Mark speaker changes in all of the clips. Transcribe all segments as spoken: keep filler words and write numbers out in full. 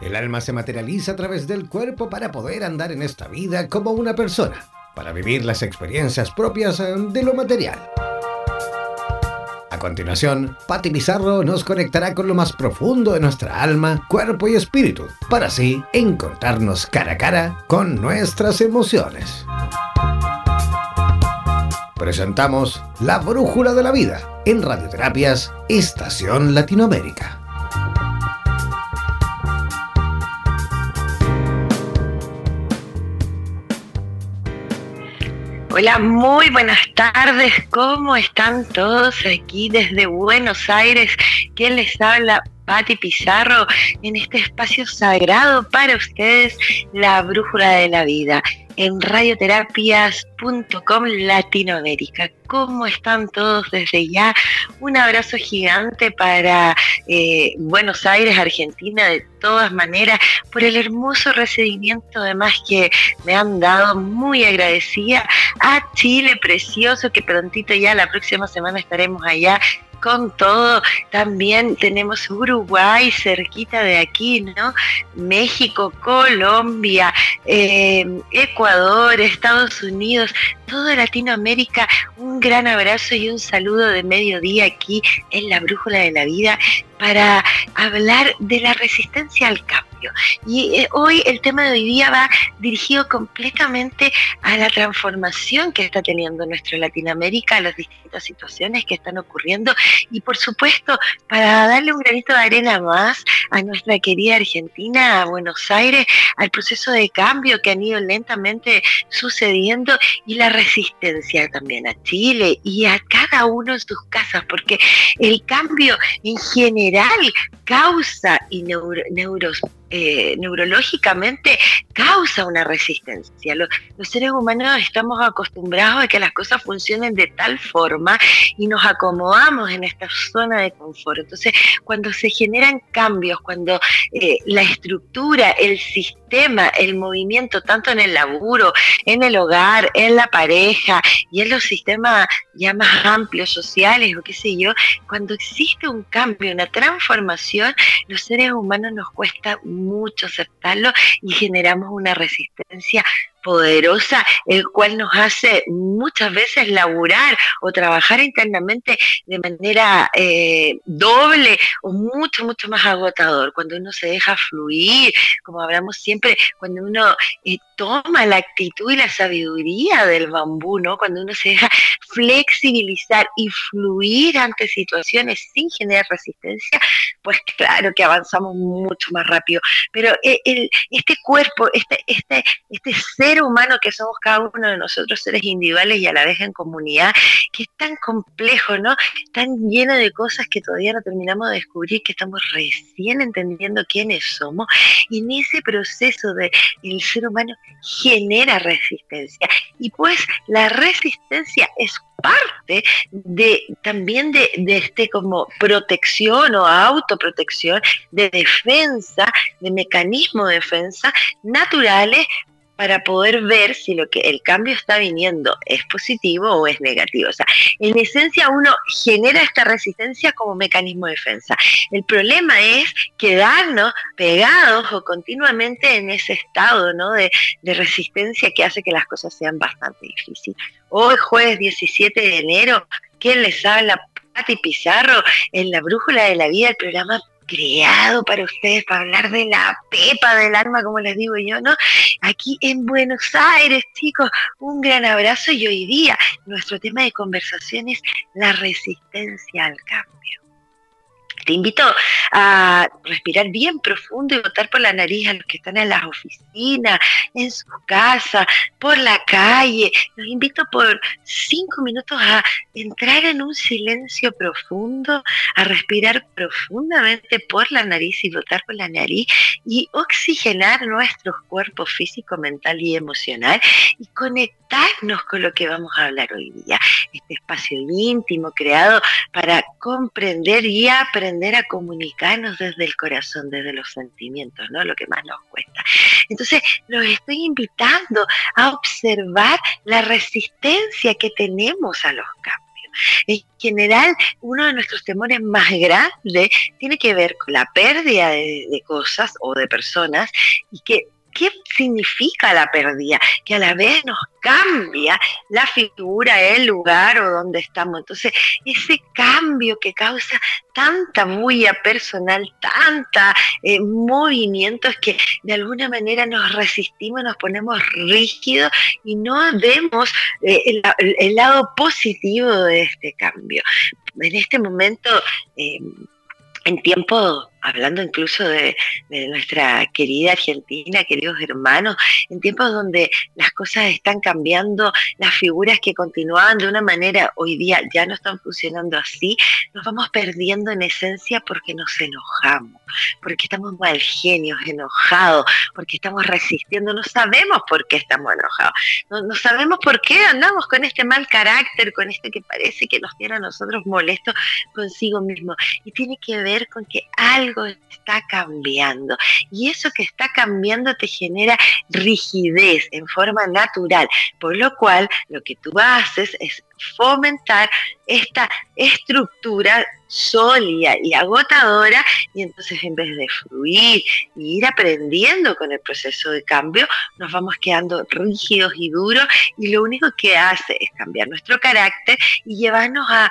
Speaker 1: El alma se materializa a través del cuerpo para poder andar en esta vida como una persona, para vivir las experiencias propias de lo material. A continuación, Pati Pizarro nos conectará con lo más profundo de nuestra alma, cuerpo y espíritu, para así encontrarnos cara a cara con nuestras emociones. Presentamos La Brújula de la Vida en Radioterapias Estación Latinoamérica.
Speaker 2: Hola, muy buenas tardes, ¿cómo están todos aquí desde Buenos Aires? ¿Quién les habla? Pati Pizarro, en este espacio sagrado para ustedes, La Brújula de la Vida, en radioterapias punto com Latinoamérica. ¿Cómo están todos desde ya? Un abrazo gigante para eh, Buenos Aires, Argentina, de todas maneras, por el hermoso recibimiento además que me han dado, muy agradecida. A Chile, precioso, que prontito ya, la próxima semana estaremos allá con todo. También tenemos Uruguay cerquita de aquí, ¿no? México, Colombia, eh, Ecuador, Estados Unidos, toda Latinoamérica. Un gran abrazo y un saludo de mediodía aquí en La Brújula de la Vida para hablar de la resistencia al cambio. Y eh, hoy el tema de hoy día va dirigido completamente a la transformación que está teniendo nuestra Latinoamérica, a las distintas situaciones que están ocurriendo y por supuesto para darle un granito de arena más a nuestra querida Argentina, a Buenos Aires, al proceso de cambio que han ido lentamente sucediendo y la resistencia también a Chile y a cada uno en sus casas, porque el cambio en general causa y neuro, neuros, eh, neurológicamente causa una resistencia. Los, los seres humanos estamos acostumbrados a que las cosas funcionen de tal forma y nos acomodamos en esta zona de confort. Entonces, cuando se generan cambios, cuando eh, la estructura, el sistema, el movimiento, tanto en el laburo, en el hogar, en la pareja y en los sistemas ya más amplios, sociales o qué sé yo, cuando existe un cambio, una transformación, los seres humanos nos cuesta mucho aceptarlo y generamos una resistencia poderosa, el cual nos hace muchas veces laburar o trabajar internamente de manera eh, doble o mucho, mucho más agotador. Cuando uno se deja fluir, como hablamos siempre, cuando uno eh, toma la actitud y la sabiduría del bambú, ¿no? Cuando uno se deja flexibilizar y fluir ante situaciones sin generar resistencia, pues claro que avanzamos mucho más rápido. Pero el, el, este cuerpo, este, este, este ser humano que somos cada uno de nosotros, seres individuales y a la vez en comunidad, que es tan complejo, ¿no? Tan lleno de cosas que todavía no terminamos de descubrir, que estamos recién entendiendo quiénes somos, y en ese proceso de el ser humano genera resistencia, y pues la resistencia es parte de también de, de este como protección o autoprotección, de defensa, de mecanismo de defensa naturales para poder ver si lo que el cambio está viniendo es positivo o es negativo. O sea, en esencia uno genera esta resistencia como mecanismo de defensa. El problema es quedarnos pegados o continuamente en ese estado, ¿no? de, de resistencia que hace que las cosas sean bastante difíciles. Hoy, jueves diecisiete de enero, ¿quién les habla? Pati Pizarro, en La Brújula de la Vida, el programa creado para ustedes, para hablar de la pepa del alma, como les digo yo, ¿no? Aquí en Buenos Aires, chicos, un gran abrazo, y hoy día nuestro tema de conversación es la resistencia al cambio. Te invito a respirar bien profundo y botar por la nariz a los que están en las oficinas, en su casa, por la calle. Los invito por cinco minutos a entrar en un silencio profundo, a respirar profundamente por la nariz y botar por la nariz y oxigenar nuestros cuerpos físico, mental y emocional y conectarnos con lo que vamos a hablar hoy día. Este espacio íntimo creado para comprender y aprender a comunicarnos desde el corazón, desde los sentimientos, ¿no? Lo que más nos cuesta. Entonces, los estoy invitando a observar la resistencia que tenemos a los cambios. En general, uno de nuestros temores más grandes tiene que ver con la pérdida de, de cosas o de personas y que ¿qué significa la pérdida? Que a la vez nos cambia la figura, el lugar o donde estamos. Entonces, ese cambio que causa tanta bulla personal, tanta eh, movimientos que de alguna manera nos resistimos, nos ponemos rígidos y no vemos eh, el, el lado positivo de este cambio. En este momento, eh, en tiempo, hablando incluso de, de nuestra querida Argentina, queridos hermanos, en tiempos donde las cosas están cambiando, las figuras que continuaban de una manera hoy día ya no están funcionando así, nos vamos perdiendo en esencia porque nos enojamos, porque estamos mal genios, enojados, porque estamos resistiendo, no sabemos por qué estamos enojados, no, no sabemos por qué andamos con este mal carácter, con este que parece que nos tiene a nosotros molestos consigo mismo, y tiene que ver con que algo está cambiando y eso que está cambiando te genera rigidez en forma natural, por lo cual lo que tú haces es fomentar esta estructura sólida y agotadora, y entonces en vez de fluir y ir aprendiendo con el proceso de cambio, nos vamos quedando rígidos y duros, y lo único que hace es cambiar nuestro carácter y llevarnos a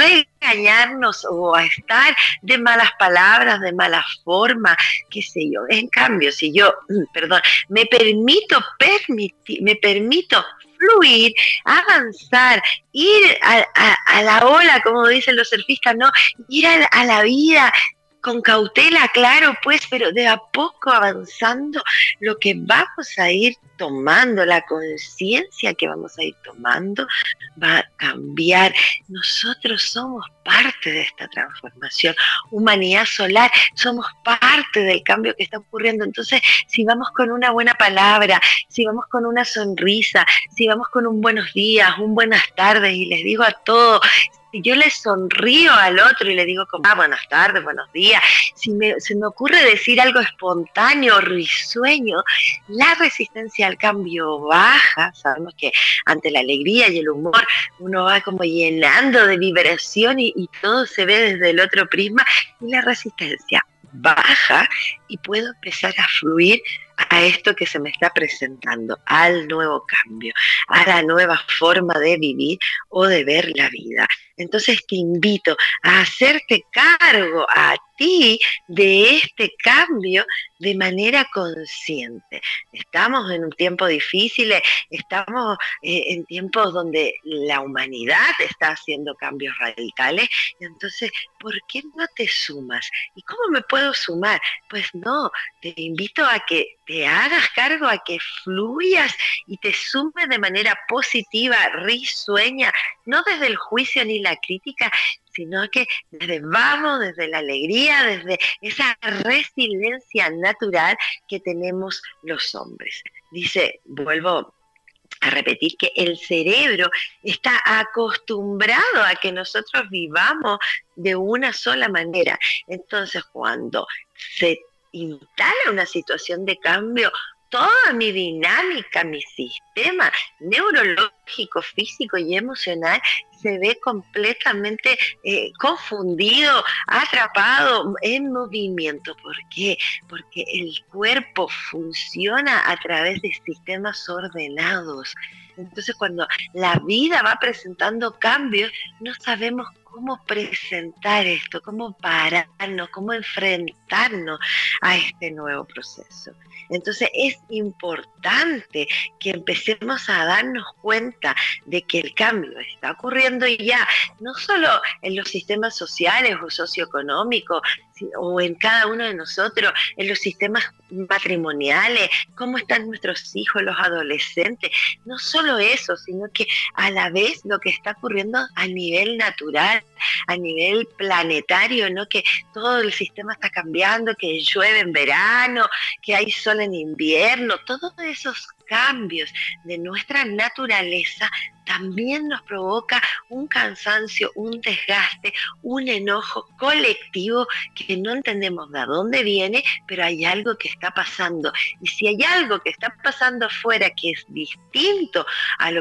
Speaker 2: regañarnos o a estar de malas palabras, de mala forma, qué sé yo. En cambio, si yo, perdón, me permito permitir, me permito fluir, avanzar, ir a, a, a la ola, como dicen los surfistas, ¿no? Ir a, a la vida con cautela, claro, pues, pero de a poco avanzando, lo que vamos a ir tomando, la conciencia que vamos a ir tomando, va a cambiar. Nosotros somos parte de esta transformación. Humanidad solar, somos parte del cambio que está ocurriendo. Entonces, si vamos con una buena palabra, si vamos con una sonrisa, si vamos con un buenos días, un buenas tardes, y les digo a todos, si yo le sonrío al otro y le digo como, ah, buenas tardes, buenos días, si me, se me ocurre decir algo espontáneo, risueño, la resistencia al cambio baja. Sabemos que ante la alegría y el humor uno va como llenando de vibración y, y todo se ve desde el otro prisma, y la resistencia baja y puedo empezar a fluir a esto que se me está presentando, al nuevo cambio, a la nueva forma de vivir o de ver la vida. Entonces te invito a hacerte cargo a ti de este cambio de manera consciente. Estamos en un tiempo difícil, estamos eh, en tiempos donde la humanidad está haciendo cambios radicales, y entonces, ¿por qué no te sumas? ¿Y cómo me puedo sumar? Pues no, te invito a que te hagas cargo, a que fluyas y te sumes de manera positiva, risueña, no desde el juicio ni la crítica, sino que desde vamos, desde la alegría, desde esa resiliencia natural que tenemos los hombres. Dice, vuelvo a repetir, que el cerebro está acostumbrado a que nosotros vivamos de una sola manera. Entonces, cuando se instala una situación de cambio, toda mi dinámica, mi sistema neurológico, físico y emocional se ve completamente eh, confundido, atrapado en movimiento. ¿Por qué? Porque el cuerpo funciona a través de sistemas ordenados. Entonces, cuando la vida va presentando cambios, no sabemos cómo presentar esto, cómo pararnos, cómo enfrentarnos a este nuevo proceso. Entonces es importante que empecemos a darnos cuenta de que el cambio está ocurriendo ya, no solo en los sistemas sociales o socioeconómicos, o en cada uno de nosotros, en los sistemas matrimoniales, cómo están nuestros hijos, los adolescentes. No solo eso, sino que a la vez lo que está ocurriendo a nivel natural, a nivel planetario, ¿no? Que todo el sistema está cambiando, que llueve en verano, que hay sol en invierno, todos esos cambios de nuestra naturaleza también nos provoca un cansancio, un desgaste, un enojo colectivo que no entendemos de dónde viene, pero hay algo que está pasando. Y si hay algo que está pasando afuera que es distinto a lo que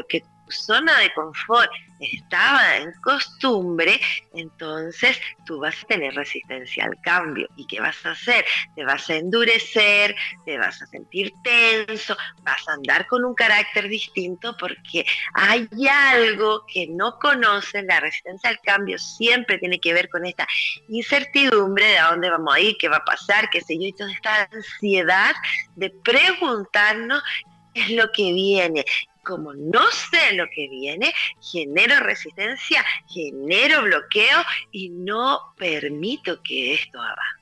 Speaker 2: zona de confort estaba en costumbre, entonces tú vas a tener resistencia al cambio. ¿Y qué vas a hacer? Te vas a endurecer, te vas a sentir tenso, vas a andar con un carácter distinto porque hay algo que no conoces. La resistencia al cambio siempre tiene que ver con esta incertidumbre de a dónde vamos a ir, qué va a pasar, qué sé yo, y toda esta ansiedad de preguntarnos qué es lo que viene. Como no sé lo que viene, genero resistencia, genero bloqueo y no permito que esto avance.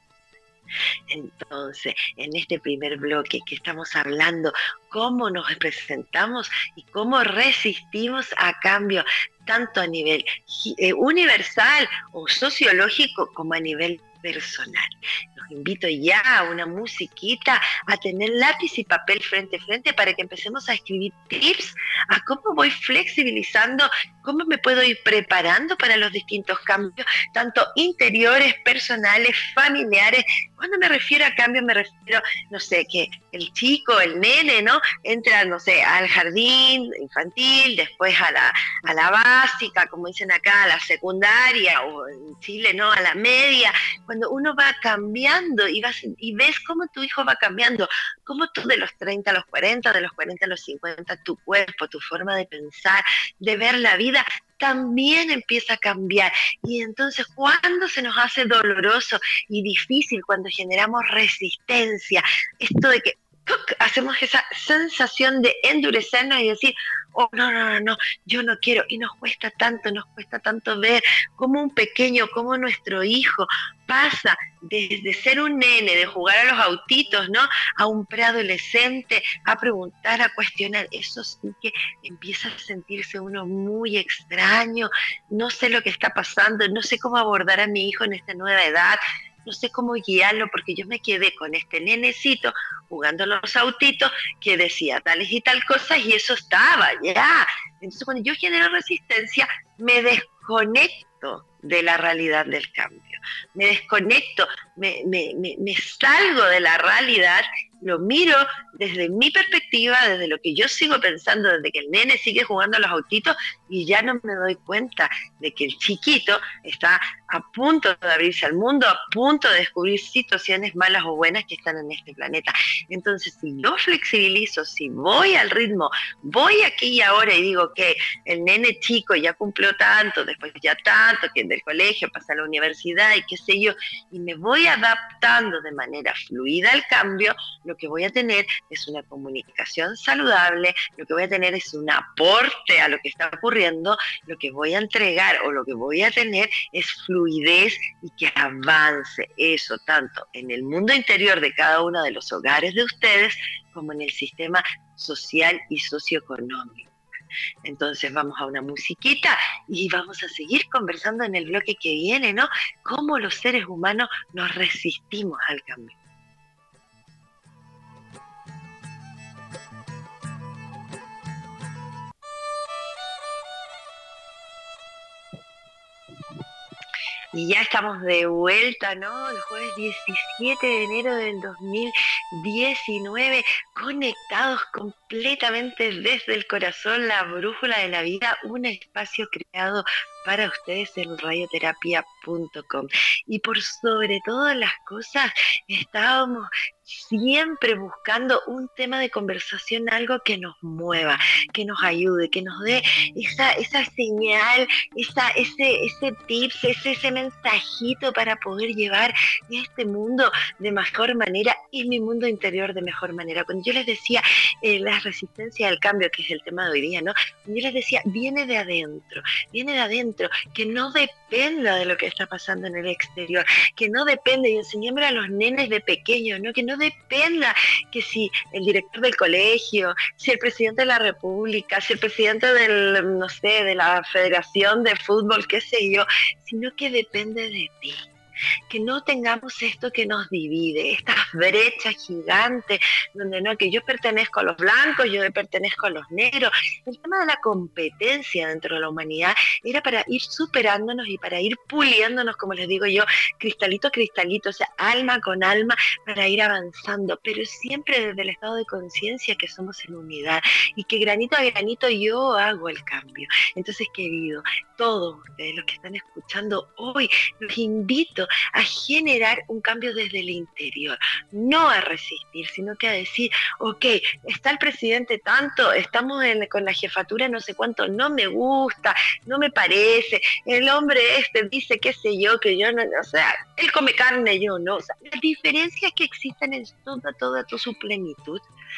Speaker 2: Entonces, en este primer bloque que estamos hablando, cómo nos presentamos y cómo resistimos a cambio, tanto a nivel eh, universal o sociológico como a nivel personal. Los invito ya a una musiquita, a tener lápiz y papel frente a frente para que empecemos a escribir tips a cómo voy flexibilizando, cómo me puedo ir preparando para los distintos cambios, tanto interiores, personales, familiares. Cuando me refiero a cambios, me refiero, no sé, que el chico, el nene, ¿no? Entra, no sé, al jardín infantil, después a la, a la básica, como dicen acá, a la secundaria, o en Chile, ¿no? A la media. Cuando uno va cambiando y, vas, y ves cómo tu hijo va cambiando, cómo tú de los treinta a los cuarenta, de los cuarenta a los cincuenta, tu cuerpo, tu forma de pensar, de ver la vida, también empieza a cambiar. Y entonces, cuando se nos hace doloroso y difícil, cuando generamos resistencia, esto de que ¡tuc!, hacemos esa sensación de endurecernos y decir, oh, no, no, no, no, yo no quiero, y nos cuesta tanto, nos cuesta tanto ver cómo un pequeño, cómo nuestro hijo pasa desde ser un nene, de jugar a los autitos, ¿no?, a un preadolescente, a preguntar, a cuestionar. Eso sí que empieza a sentirse uno muy extraño, no sé lo que está pasando, no sé cómo abordar a mi hijo en esta nueva edad, no sé cómo guiarlo, porque yo me quedé con este nenecito jugando los autitos que decía tales y tal cosas y eso estaba, ya. Entonces, cuando yo genero resistencia, me desconecto de la realidad del cambio. Me desconecto, me, me, me, me salgo de la realidad, lo miro desde mi perspectiva, desde lo que yo sigo pensando, desde que el nene sigue jugando a los autitos y ya no me doy cuenta de que el chiquito está a punto de abrirse al mundo, a punto de descubrir situaciones malas o buenas que están en este planeta. Entonces, si yo flexibilizo, si voy al ritmo, voy aquí y ahora y digo que el nene chico ya cumplió tanto, después ya tanto, que del colegio pasa a la universidad y qué sé yo, y me voy adaptando de manera fluida al cambio, lo que voy a tener es una comunicación saludable, lo que voy a tener es un aporte a lo que está ocurriendo, lo que voy a entregar o lo que voy a tener es fluidez y que avance eso tanto en el mundo interior de cada uno de los hogares de ustedes como en el sistema social y socioeconómico. Entonces vamos a una musiquita y vamos a seguir conversando en el bloque que viene, ¿no? Cómo los seres humanos nos resistimos al cambio. Y ya estamos de vuelta, ¿no? El jueves diecisiete de enero del dos mil diecinueve, conectados completamente desde el corazón, la brújula de la vida, un espacio creado para ustedes en radioterapia punto com. Y por sobre todas las cosas, estábamos siempre buscando un tema de conversación, algo que nos mueva, que nos ayude, que nos dé esa, esa señal, esa, ese, ese tips, ese, ese mensajito para poder llevar este mundo de mejor manera y mi mundo interior de mejor manera. Cuando yo les decía eh, la resistencia al cambio, que es el tema de hoy día, ¿no? Cuando yo les decía, viene de adentro, viene de adentro, que no dependa de lo que está pasando en el exterior, que no depende, y enseñémosle a los nenes de pequeños, ¿no? Que no dependa que si el director del colegio, si el presidente de la república, si el presidente del, no sé, de la federación de fútbol, qué sé yo, sino que depende de ti. que no tengamos esto que nos divide, estas brechas gigantes, donde no, que yo pertenezco a los blancos, yo pertenezco a los negros. El tema de la competencia dentro de la humanidad era para ir superándonos y para ir puliéndonos, como les digo yo, cristalito a cristalito, o sea, alma con alma, para ir avanzando, pero siempre desde el estado de conciencia que somos en unidad y que granito a granito yo hago el cambio. Entonces, querido, todos ustedes los que están escuchando hoy, los invito a generar un cambio desde el interior, no a resistir, sino que a decir, ok, está el presidente tanto, estamos en, con la jefatura no sé cuánto, no me gusta, no me parece, el hombre este dice qué sé yo, que yo no, o sea, él come carne, yo no, o sea, las diferencias que existen en toda, toda, toda su plenitud.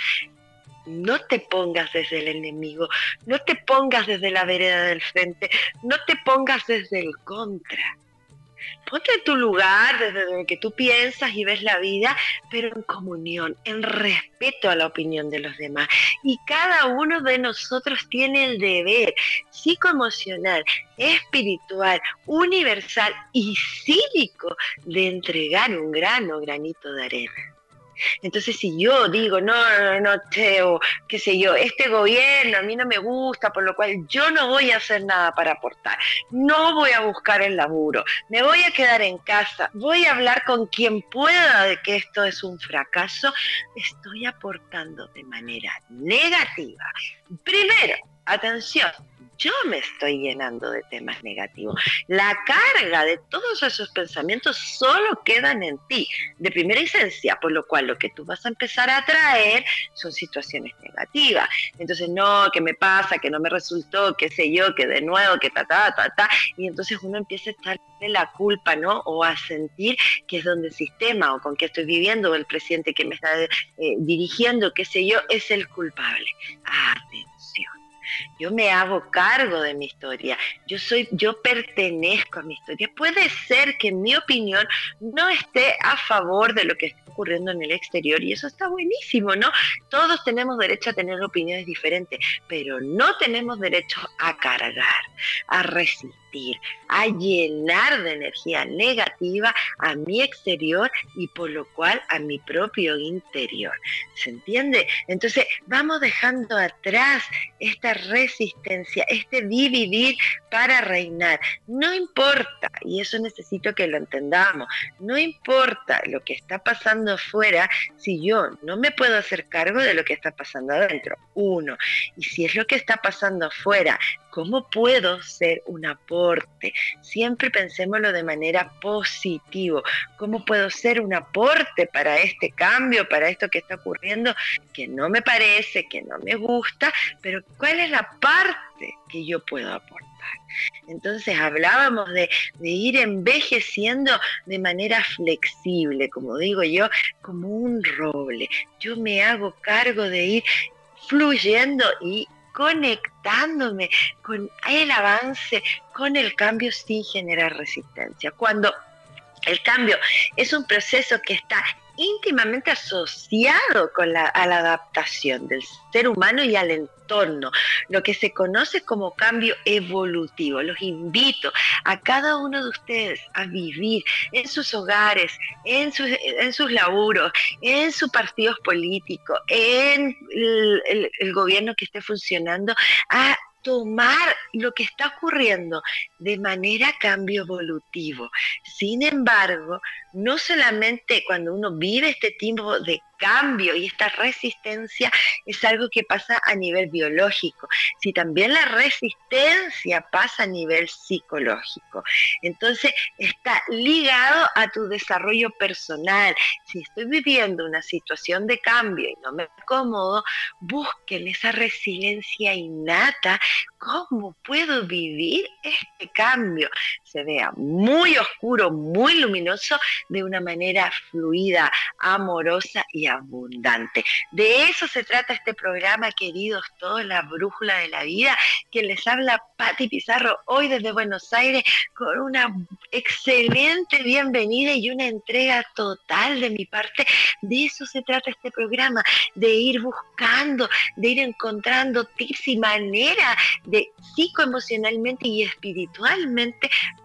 Speaker 2: No te pongas desde el enemigo, no te pongas desde la vereda del frente, no te pongas desde el contra. Ponte en tu lugar, desde donde que tú piensas y ves la vida, pero en comunión, en respeto a la opinión de los demás. Y cada uno de nosotros tiene el deber psicoemocional, espiritual, universal y cívico de entregar un grano, granito de arena. Entonces, si yo digo, no, no, no, Teo, qué sé yo, este gobierno a mí no me gusta, por lo cual yo no voy a hacer nada para aportar, no voy a buscar el laburo, me voy a quedar en casa, voy a hablar con quien pueda de que esto es un fracaso, estoy aportando de manera negativa. Primero, atención, yo me estoy llenando de temas negativos. La carga de todos esos pensamientos solo quedan en ti, de primera instancia, por lo cual lo que tú vas a empezar a atraer son situaciones negativas. Entonces, no, ¿qué me pasa? Que no me resultó, qué sé yo, que de nuevo, que ta, ta, ta, ta. Y entonces uno empieza a echarle la culpa, ¿no? O a sentir que es donde el sistema o con que estoy viviendo o el presidente que me está eh, dirigiendo, qué sé yo, es el culpable. Atención. Yo me hago cargo de mi historia, yo soy, yo pertenezco a mi historia. Puede ser que mi opinión no esté a favor de lo que está ocurriendo en el exterior y eso está buenísimo, ¿no? Todos tenemos derecho a tener opiniones diferentes, pero no tenemos derecho a cargar, a resistir, a llenar de energía negativa a mi exterior y por lo cual a mi propio interior. ¿Se entiende? Entonces vamos dejando atrás esta resistencia, este dividir para reinar. No importa, y eso necesito que lo entendamos, no importa lo que está pasando afuera si yo no me puedo hacer cargo de lo que está pasando adentro. Uno, y si es lo que está pasando afuera, ¿cómo puedo ser un aporte? Siempre pensémoslo de manera positiva. ¿Cómo puedo ser un aporte para este cambio, para esto que está ocurriendo, que no me parece, que no me gusta, pero cuál es la parte que yo puedo aportar? Entonces hablábamos de, de ir envejeciendo de manera flexible, como digo yo, como un roble. Yo me hago cargo de ir fluyendo y conectándome con el avance, con el cambio sin generar resistencia. Cuando el cambio es un proceso que está íntimamente asociado con la, a la adaptación del ser humano y al entorno, lo que se conoce como cambio evolutivo. Los invito a cada uno de ustedes a vivir en sus hogares, en sus, en sus laburos, en sus partidos políticos, en el, el, el gobierno que esté funcionando, a tomar lo que está ocurriendo de manera cambio evolutivo. Sin embargo, no solamente cuando uno vive este tipo de cambio y esta resistencia es algo que pasa a nivel biológico, si también la resistencia pasa a nivel psicológico. Entonces está ligado a tu desarrollo personal. Si estoy viviendo una situación de cambio y no me acomodo, busquen esa resiliencia innata. ¿Cómo puedo vivir este cambio? Se vea muy oscuro, muy luminoso, de una manera fluida, amorosa y abundante. De eso se trata este programa, queridos todos, La Brújula de la Vida, que les habla Pati Pizarro hoy desde Buenos Aires con una excelente bienvenida y una entrega total de mi parte. De eso se trata este programa, de ir buscando, de ir encontrando tips y maneras de psicoemocionalmente y espiritualmente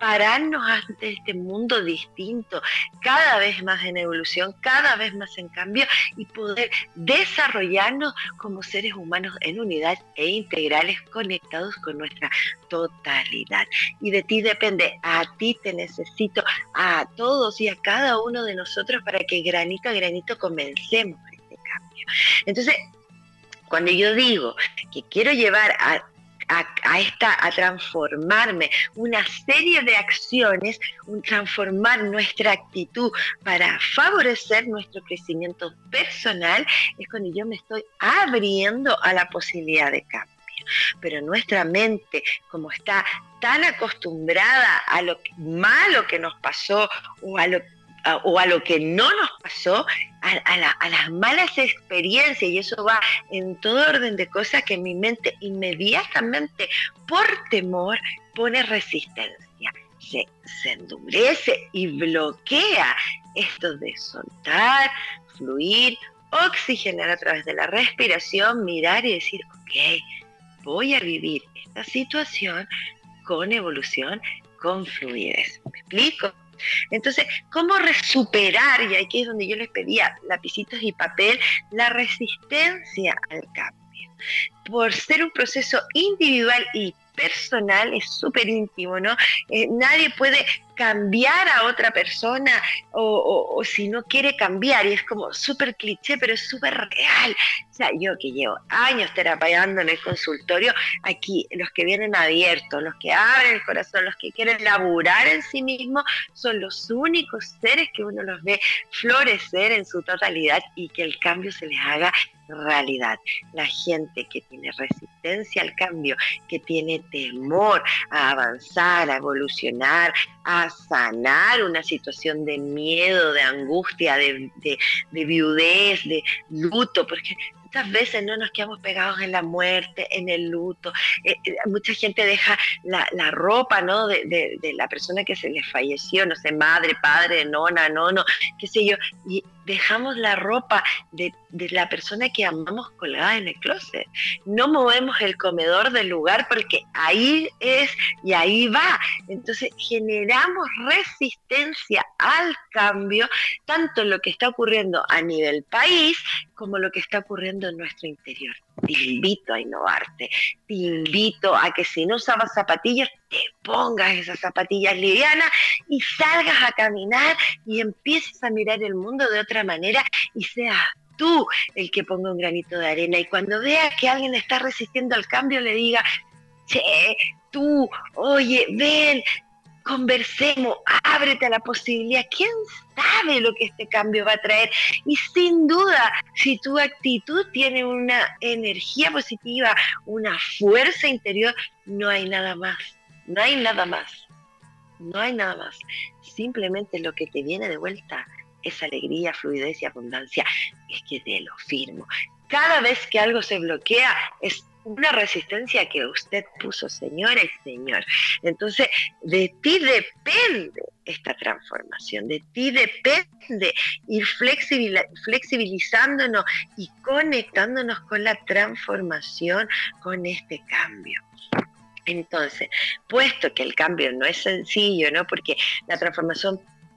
Speaker 2: pararnos ante este mundo distinto, cada vez más en evolución, cada vez más en cambio, y poder desarrollarnos como seres humanos en unidad e integrales, conectados con nuestra totalidad. Y de ti depende, a ti te necesito, a todos y a cada uno de nosotros, para que granito a granito comencemos este cambio. Entonces, cuando yo digo que quiero llevar a A, a, esta, a transformarme una serie de acciones, un transformar nuestra actitud para favorecer nuestro crecimiento personal, es cuando yo me estoy abriendo a la posibilidad de cambio. Pero nuestra mente, como está tan acostumbrada a lo malo que nos pasó o a lo A, o a lo que no nos pasó, a, a, la, a las malas experiencias, y eso va en todo orden de cosas, que mi mente inmediatamente, por temor, pone resistencia, se, se endurece y bloquea esto de soltar, fluir, oxigenar a través de la respiración, mirar y decir, ok, voy a vivir esta situación con evolución, con fluidez. ¿Me explico? Entonces, ¿cómo superar? Y aquí es donde yo les pedía lapicitos y papel, la resistencia al cambio. Por ser un proceso individual y personal, es súper íntimo, ¿no? Eh, nadie puede cambiar a otra persona o, o, o si no quiere cambiar, y es como súper cliché, pero es súper real. O sea, yo que llevo años terapeando en el consultorio, aquí los que vienen abiertos, los que abren el corazón, los que quieren laburar en sí mismos, son los únicos seres que uno los ve florecer en su totalidad y que el cambio se les haga realidad. La gente que tiene resistencia al cambio, que tiene temor a avanzar, a evolucionar, a sanar una situación de miedo, de angustia, de, de, de viudez, de luto, porque muchas veces no nos quedamos pegados en la muerte, en el luto. Eh, eh, mucha gente deja la, la ropa, ¿no? de, de, de la persona que se les falleció, no sé, madre, padre, nona, nono, qué sé yo, y dejamos la ropa de, de la persona que amamos colgada en el closet. No movemos el comedor del lugar porque ahí es y ahí va. Entonces generamos resistencia al cambio, tanto lo que está ocurriendo a nivel país como lo que está ocurriendo en nuestro interior. Te invito a innovarte, te invito a que si no usabas zapatillas, te pongas esas zapatillas livianas y salgas a caminar y empieces a mirar el mundo de otra manera y seas tú el que ponga un granito de arena. Y cuando veas que alguien está resistiendo al cambio, le diga, che, tú, oye, ven, conversemos, ábrete a la posibilidad. ¿Quién sabe lo que este cambio va a traer? Y sin duda, si tu actitud tiene una energía positiva, una fuerza interior, no hay nada más, no hay nada más, no hay nada más. Simplemente lo que te viene de vuelta es alegría, fluidez y abundancia. Es que te lo firmo. Cada vez que algo se bloquea, es una resistencia que usted puso, señora y señor. Entonces, de ti depende esta transformación, de ti depende ir flexibil, flexibilizándonos y conectándonos con la transformación, con este cambio. Entonces, puesto que el cambio no es sencillo, ¿no? Porque la transformación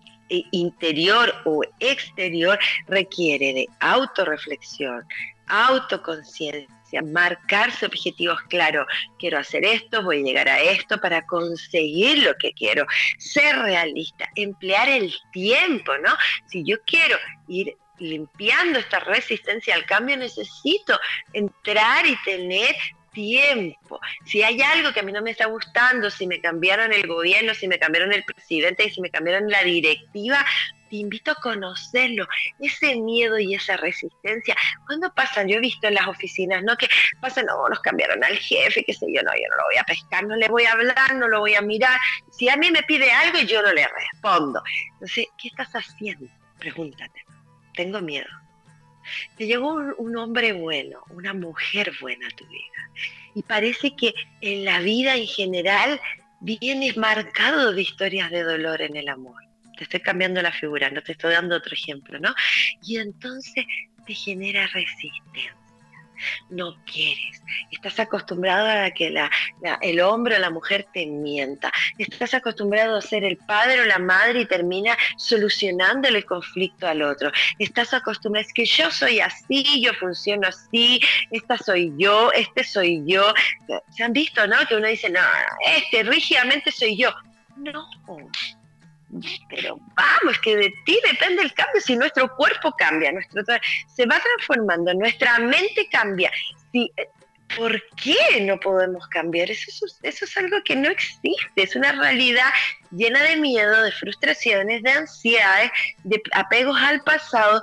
Speaker 2: interior o exterior requiere de autorreflexión, autoconciencia, marcarse objetivos claros. Quiero hacer esto, voy a llegar a esto para conseguir lo que quiero. Ser realista, emplear el tiempo, ¿no? Si yo quiero ir limpiando esta resistencia al cambio, necesito entrar y tener tiempo. Si hay algo que a mí no me está gustando, si me cambiaron el gobierno, si me cambiaron el presidente, si me cambiaron la directiva, te invito a conocerlo. Ese miedo y esa resistencia, ¿cuándo pasan? Yo he visto en las oficinas, ¿no? Que pasan, no, nos cambiaron al jefe, qué sé yo, no, yo no lo voy a pescar, no le voy a hablar, no lo voy a mirar. Si a mí me pide algo, yo no le respondo. Entonces, ¿qué estás haciendo? Pregúntate. Tengo miedo. Te llegó un, un hombre bueno, una mujer buena a tu vida, y parece que en la vida en general vienes marcado de historias de dolor en el amor. Te estoy cambiando la figura, no te estoy dando otro ejemplo, ¿no? Y entonces te genera resistencia. no quieres. Estás acostumbrado a que la, la, el hombre o la mujer te mienta. Estás acostumbrado a ser el padre o la madre y termina solucionándole el conflicto al otro. Estás acostumbrado, es que yo soy así, yo funciono así, esta soy yo, este soy yo. Se han visto, ¿no? Que uno dice, no, este rígidamente soy yo. No, pero vamos, que de ti depende el cambio. Si nuestro cuerpo cambia, nuestro se va transformando, nuestra mente cambia. Si, ¿por qué no podemos cambiar? Eso, eso, eso es algo que no existe, es una realidad llena de miedo, de frustraciones, de ansiedades, de apegos al pasado.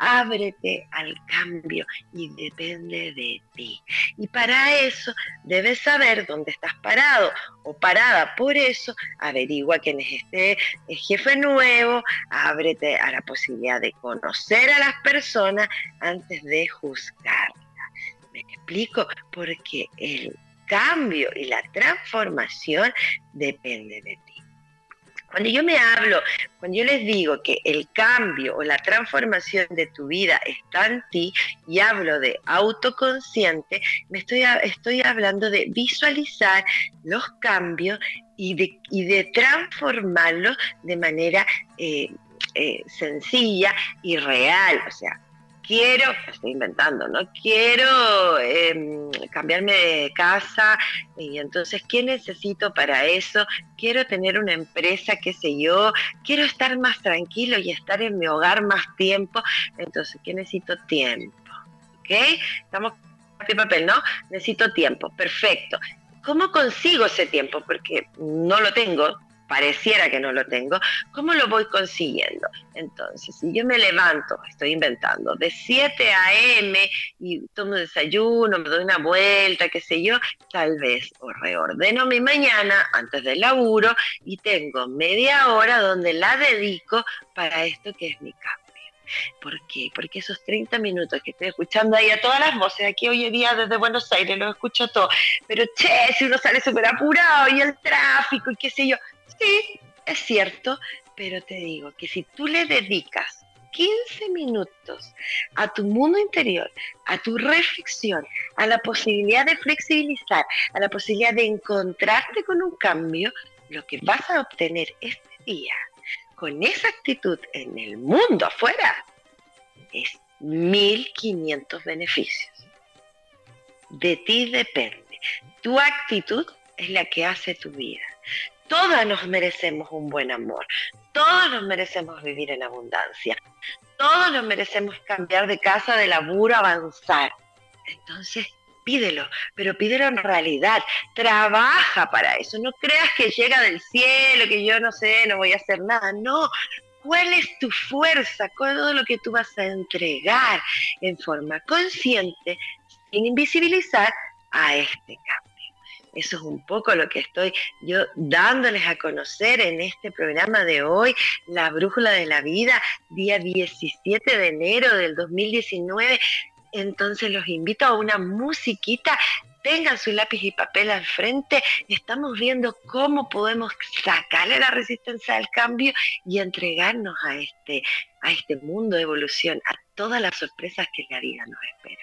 Speaker 2: Ábrete al cambio y depende de ti. Y para eso debes saber dónde estás parado o parada. Por eso averigua quién es este jefe nuevo, ábrete a la posibilidad de conocer a las personas antes de juzgarlas. ¿Me explico? Porque el cambio y la transformación depende de ti. Cuando yo me hablo, cuando yo les digo que el cambio o la transformación de tu vida está en ti y hablo de autoconsciente, me estoy, estoy hablando de visualizar los cambios y de, y de transformarlos de manera eh, eh, sencilla y real. O sea, quiero, estoy inventando, ¿no? Quiero eh, cambiarme de casa y entonces, ¿qué necesito para eso? Quiero tener una empresa, qué sé yo, quiero estar más tranquilo y estar en mi hogar más tiempo, entonces, ¿qué necesito? Tiempo, ¿ok? Estamos en papel, ¿no? Necesito tiempo, perfecto. ¿Cómo consigo ese tiempo? Porque no lo tengo. Pareciera que no lo tengo, ¿cómo lo voy consiguiendo? Entonces, si yo me levanto, estoy inventando, de siete a eme y tomo desayuno, me doy una vuelta, qué sé yo, tal vez o reordeno mi mañana antes del laburo y tengo media hora donde la dedico para esto que es mi cambio. ¿Por qué? Porque esos treinta minutos que estoy escuchando ahí a todas las voces, aquí hoy en día desde Buenos Aires los escucho todo, pero che, si uno sale súper apurado y el tráfico y qué sé yo, sí, es cierto, pero te digo que si tú le dedicas quince minutos a tu mundo interior, a tu reflexión, a la posibilidad de flexibilizar, a la posibilidad de encontrarte con un cambio, lo que vas a obtener este día con esa actitud en el mundo afuera es mil quinientos beneficios. De ti depende. Tu actitud es la que hace tu vida. Todas nos merecemos un buen amor. Todos nos merecemos vivir en abundancia. Todos nos merecemos cambiar de casa, de laburo, avanzar. Entonces, pídelo, pero pídelo en realidad. Trabaja para eso. No creas que llega del cielo, que yo no sé, no voy a hacer nada. No. ¿Cuál es tu fuerza? Todo lo que tú vas a entregar en forma consciente, sin invisibilizar a este cambio. Eso es un poco lo que estoy yo dándoles a conocer en este programa de hoy, La Brújula de la Vida, día diecisiete de enero del dos mil diecinueve. Entonces los invito a una musiquita, tengan su lápiz y papel al frente, estamos viendo cómo podemos sacarle la resistencia al cambio y entregarnos a este, a este mundo de evolución, a todas las sorpresas que la vida nos espera.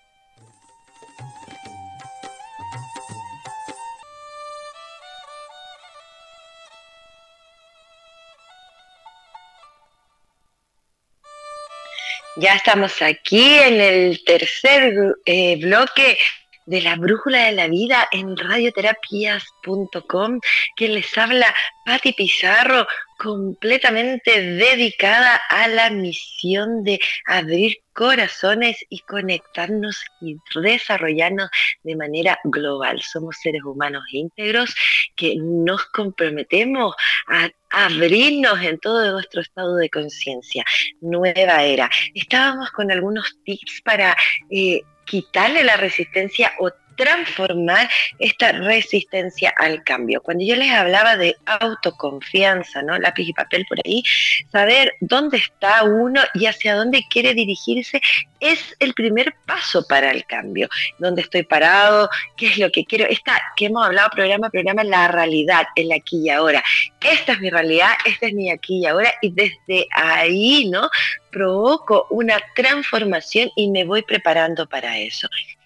Speaker 2: Ya estamos aquí en el tercer eh, bloque de La Brújula de la Vida en radioterapias punto com. Quien les habla, Patti Pizarro, completamente dedicada a la misión de abrir corazones y conectarnos y desarrollarnos de manera global. Somos seres humanos íntegros que nos comprometemos a abrirnos en todo nuestro estado de conciencia. Nueva era. Estábamos con algunos tips para eh, quitarle la resistencia o transformar esta resistencia al cambio. Cuando yo les hablaba de autoconfianza, ¿no? Lápiz y papel por ahí, saber dónde está uno y hacia dónde quiere dirigirse es el primer paso para el cambio. ¿Dónde estoy parado? ¿Qué es lo que quiero? Esta que hemos hablado programa a programa, la realidad, el aquí y ahora. Esta es mi realidad, este es mi aquí y ahora, y desde ahí, ¿no? Provoco una transformación y me voy preparando para eso.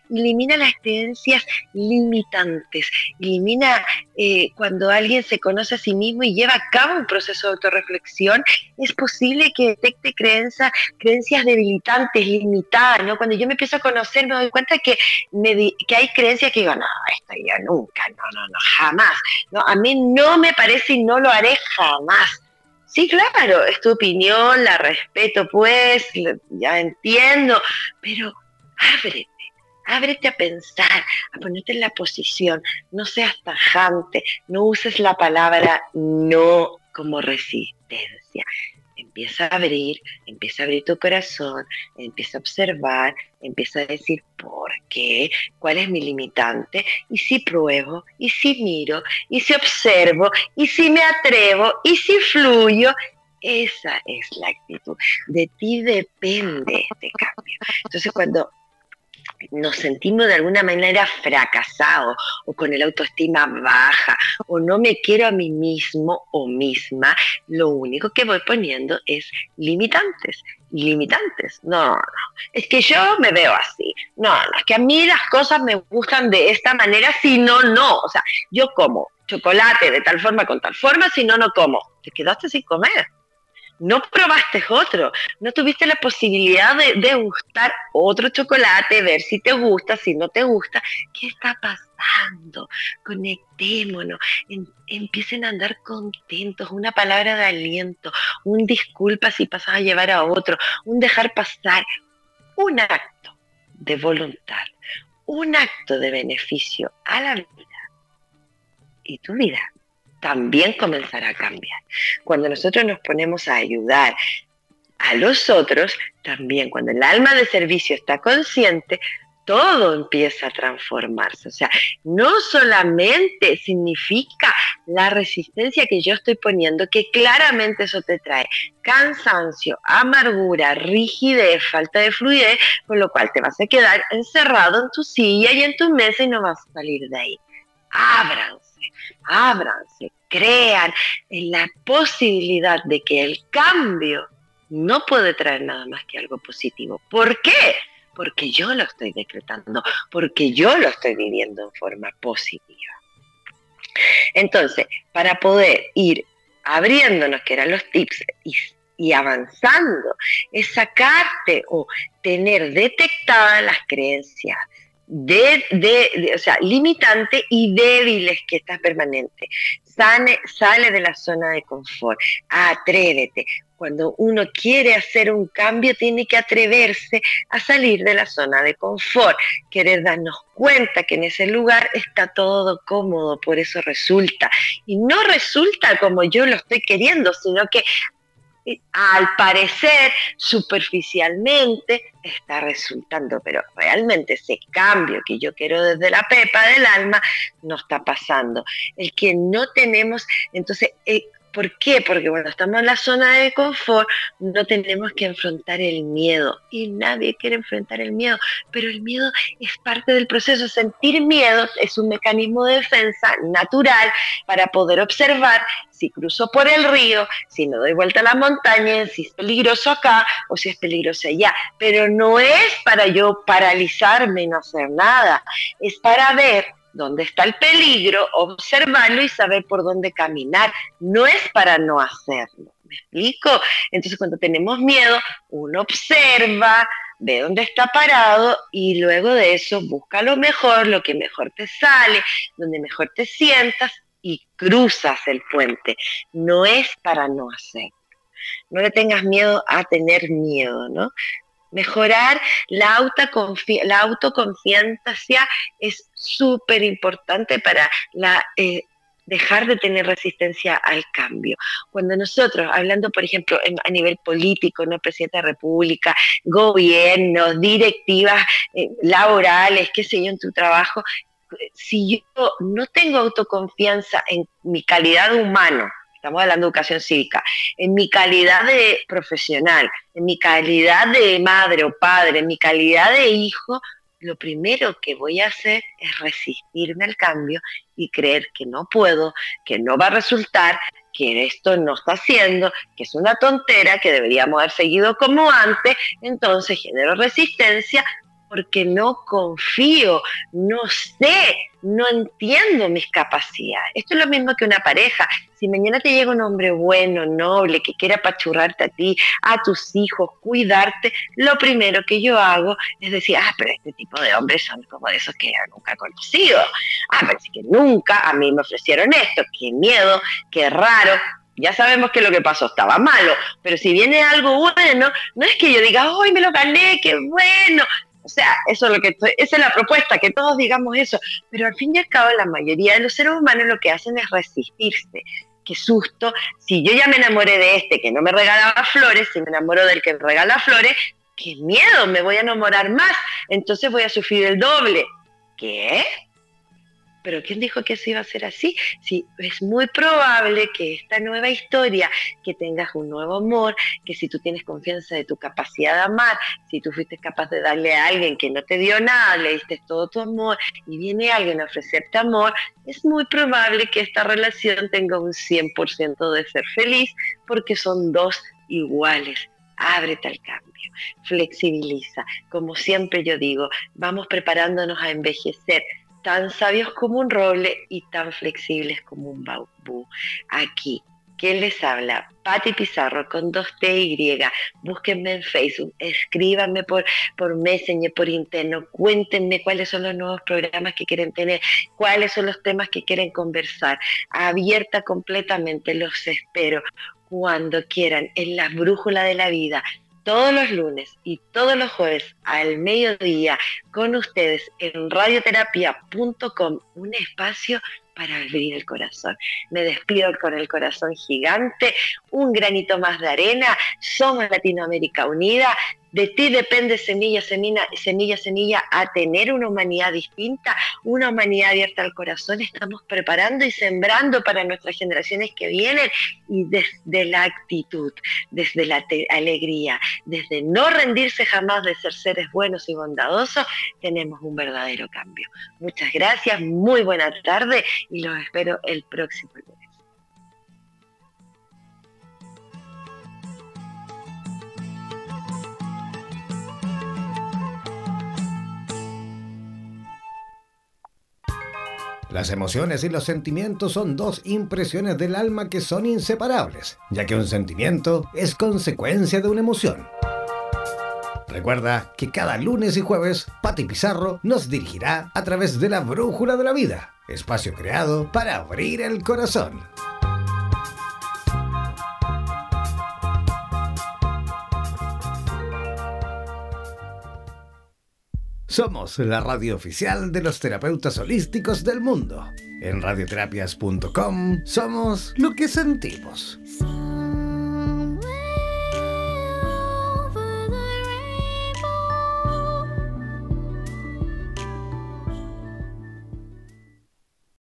Speaker 2: elimina las creencias limitantes, elimina eh, cuando alguien se conoce a sí mismo y lleva a cabo un proceso de autorreflexión, es posible que detecte creencias, creencias debilitantes, limitadas, ¿no? Cuando yo me empiezo a conocer me doy cuenta que, me di, que hay creencias que digo, no, esto yo nunca, no, no, no, jamás, no, a mí no me parece y no lo haré jamás. Sí, claro, es tu opinión, la respeto pues, ya entiendo, pero ábrete, ábrete a pensar, a ponerte en la posición, no seas tajante, no uses la palabra no como resistencia. Empieza a abrir, empieza a abrir tu corazón, empieza a observar, empieza a decir por qué, cuál es mi limitante, y si pruebo, y si miro, y si observo, y si me atrevo, y si fluyo. Esa es la actitud. De ti depende este cambio. Entonces, cuando nos sentimos de alguna manera fracasados o con el autoestima baja o no me quiero a mí mismo o misma, lo único que voy poniendo es limitantes, limitantes. No, no, es que yo me veo así. No, no, es que a mí las cosas me gustan de esta manera, si no, no. O sea, yo como chocolate de tal forma con tal forma, si no, no como. Te quedaste sin comer. No probaste otro, no tuviste la posibilidad de, de gustar otro chocolate, ver si te gusta, si no te gusta. ¿Qué está pasando? Conectémonos, en, empiecen a andar contentos, una palabra de aliento, un disculpa si pasas a llevar a otro, un dejar pasar, un acto de voluntad, un acto de beneficio a la vida y tu vida también comenzará a cambiar. Cuando nosotros nos ponemos a ayudar a los otros, también cuando el alma de servicio está consciente, todo empieza a transformarse. O sea, no solamente significa la resistencia que yo estoy poniendo, que claramente eso te trae cansancio, amargura, rigidez, falta de fluidez, con lo cual te vas a quedar encerrado en tu silla y en tu mesa y no vas a salir de ahí. Ábranse. Ábranse, crean en la posibilidad de que el cambio no puede traer nada más que algo positivo. ¿Por qué? Porque yo lo estoy decretando, porque yo lo estoy viviendo en forma positiva. Entonces, para poder ir abriéndonos, que eran los tips, y, y avanzando, es sacarte o tener detectadas las creencias De, de, de, o sea, limitante y débiles que estás permanente. Sane, sale de la zona de confort, atrévete. Cuando uno quiere hacer un cambio, tiene que atreverse a salir de la zona de confort, querer darnos cuenta que en ese lugar está todo cómodo, por eso resulta. Y no resulta como yo lo estoy queriendo, sino que al parecer, superficialmente, está resultando, pero realmente ese cambio que yo quiero desde la pepa del alma no está pasando. El que no tenemos, entonces, eh, ¿por qué? Porque cuando estamos en la zona de confort, no tenemos que enfrentar el miedo. Y nadie quiere enfrentar el miedo, pero el miedo es parte del proceso. Sentir miedo es un mecanismo de defensa natural para poder observar si cruzo por el río, si me doy vuelta a la montaña, si es peligroso acá o si es peligroso allá. Pero no es para yo paralizarme y no hacer nada, es para ver dónde está el peligro, observarlo y saber por dónde caminar. No es para no hacerlo. ¿Me explico? Entonces, cuando tenemos miedo, uno observa, ve dónde está parado y luego de eso busca lo mejor, lo que mejor te sale, donde mejor te sientas y cruzas el puente. No es para no hacerlo. No le tengas miedo a tener miedo, ¿no? Mejorar la, autoconfi- la autoconfianza es súper importante para la, eh, dejar de tener resistencia al cambio. Cuando nosotros, hablando por ejemplo en, a nivel político, ¿no? Presidente de la República, gobiernos, directivas eh, laborales, qué sé yo, en tu trabajo, si yo no tengo autoconfianza en mi calidad de humano, estamos hablando de educación cívica, en mi calidad de profesional, en mi calidad de madre o padre, en mi calidad de hijo, lo primero que voy a hacer es resistirme al cambio y creer que no puedo, que no va a resultar, que esto no está haciendo, que es una tontera, que deberíamos haber seguido como antes. Entonces genero resistencia, porque no confío, no sé, no entiendo mis capacidades. Esto es lo mismo que una pareja. Si mañana te llega un hombre bueno, noble, que quiera apachurrarte a ti, a tus hijos, cuidarte, lo primero que yo hago es decir, ah, pero este tipo de hombres son como de esos que yo nunca he conocido. Ah, pero es que nunca a mí me ofrecieron esto, qué miedo, qué raro. Ya sabemos que lo que pasó estaba malo, pero si viene algo bueno, no es que yo diga, ¡ay, me lo gané, qué bueno! O sea, eso es lo que estoy, esa es la propuesta, que todos digamos eso. Pero al fin y al cabo, la mayoría de los seres humanos lo que hacen es resistirse. Qué susto, si yo ya me enamoré de este que no me regalaba flores, si me enamoro del que me regala flores, qué miedo, me voy a enamorar más, entonces voy a sufrir el doble. ¿Qué? ¿Pero quién dijo que eso iba a ser así? Sí, es muy probable que esta nueva historia, que tengas un nuevo amor, que si tú tienes confianza de tu capacidad de amar, si tú fuiste capaz de darle a alguien que no te dio nada, le diste todo tu amor, y viene alguien a ofrecerte amor, es muy probable que esta relación tenga un cien por ciento de ser feliz, porque son dos iguales. Ábrete al cambio, flexibiliza. Como siempre yo digo, vamos preparándonos a envejecer, tan sabios como un roble y tan flexibles como un bambú. Aquí, ¿quién les habla? Pati Pizarro con dos T Y. Búsquenme en Facebook, escríbanme por, por Messenger, por interno, cuéntenme cuáles son los nuevos programas que quieren tener, cuáles son los temas que quieren conversar. Abierta completamente, los espero cuando quieran en la brújula de la vida. Todos los lunes y todos los jueves al mediodía con ustedes en radioterapia punto com, un espacio para abrir el corazón. Me despido con el corazón gigante, un granito más de arena, somos Latinoamérica Unida, de ti depende semilla, semilla, semilla, semilla, a tener una humanidad distinta, una humanidad abierta al corazón. Estamos preparando y sembrando para nuestras generaciones que vienen, y desde la actitud, desde la te- alegría, desde no rendirse jamás de ser seres buenos y bondadosos, tenemos un verdadero cambio. Muchas gracias, muy buena tarde y los espero el próximo lunes.
Speaker 1: Las emociones y los sentimientos son dos impresiones del alma que son inseparables, ya que un sentimiento es consecuencia de una emoción. Recuerda que cada lunes y jueves, Pati Pizarro nos dirigirá a través de la Brújula de la Vida, espacio creado para abrir el corazón. Somos la radio oficial de los terapeutas holísticos del mundo. En radioterapias punto com somos lo que sentimos.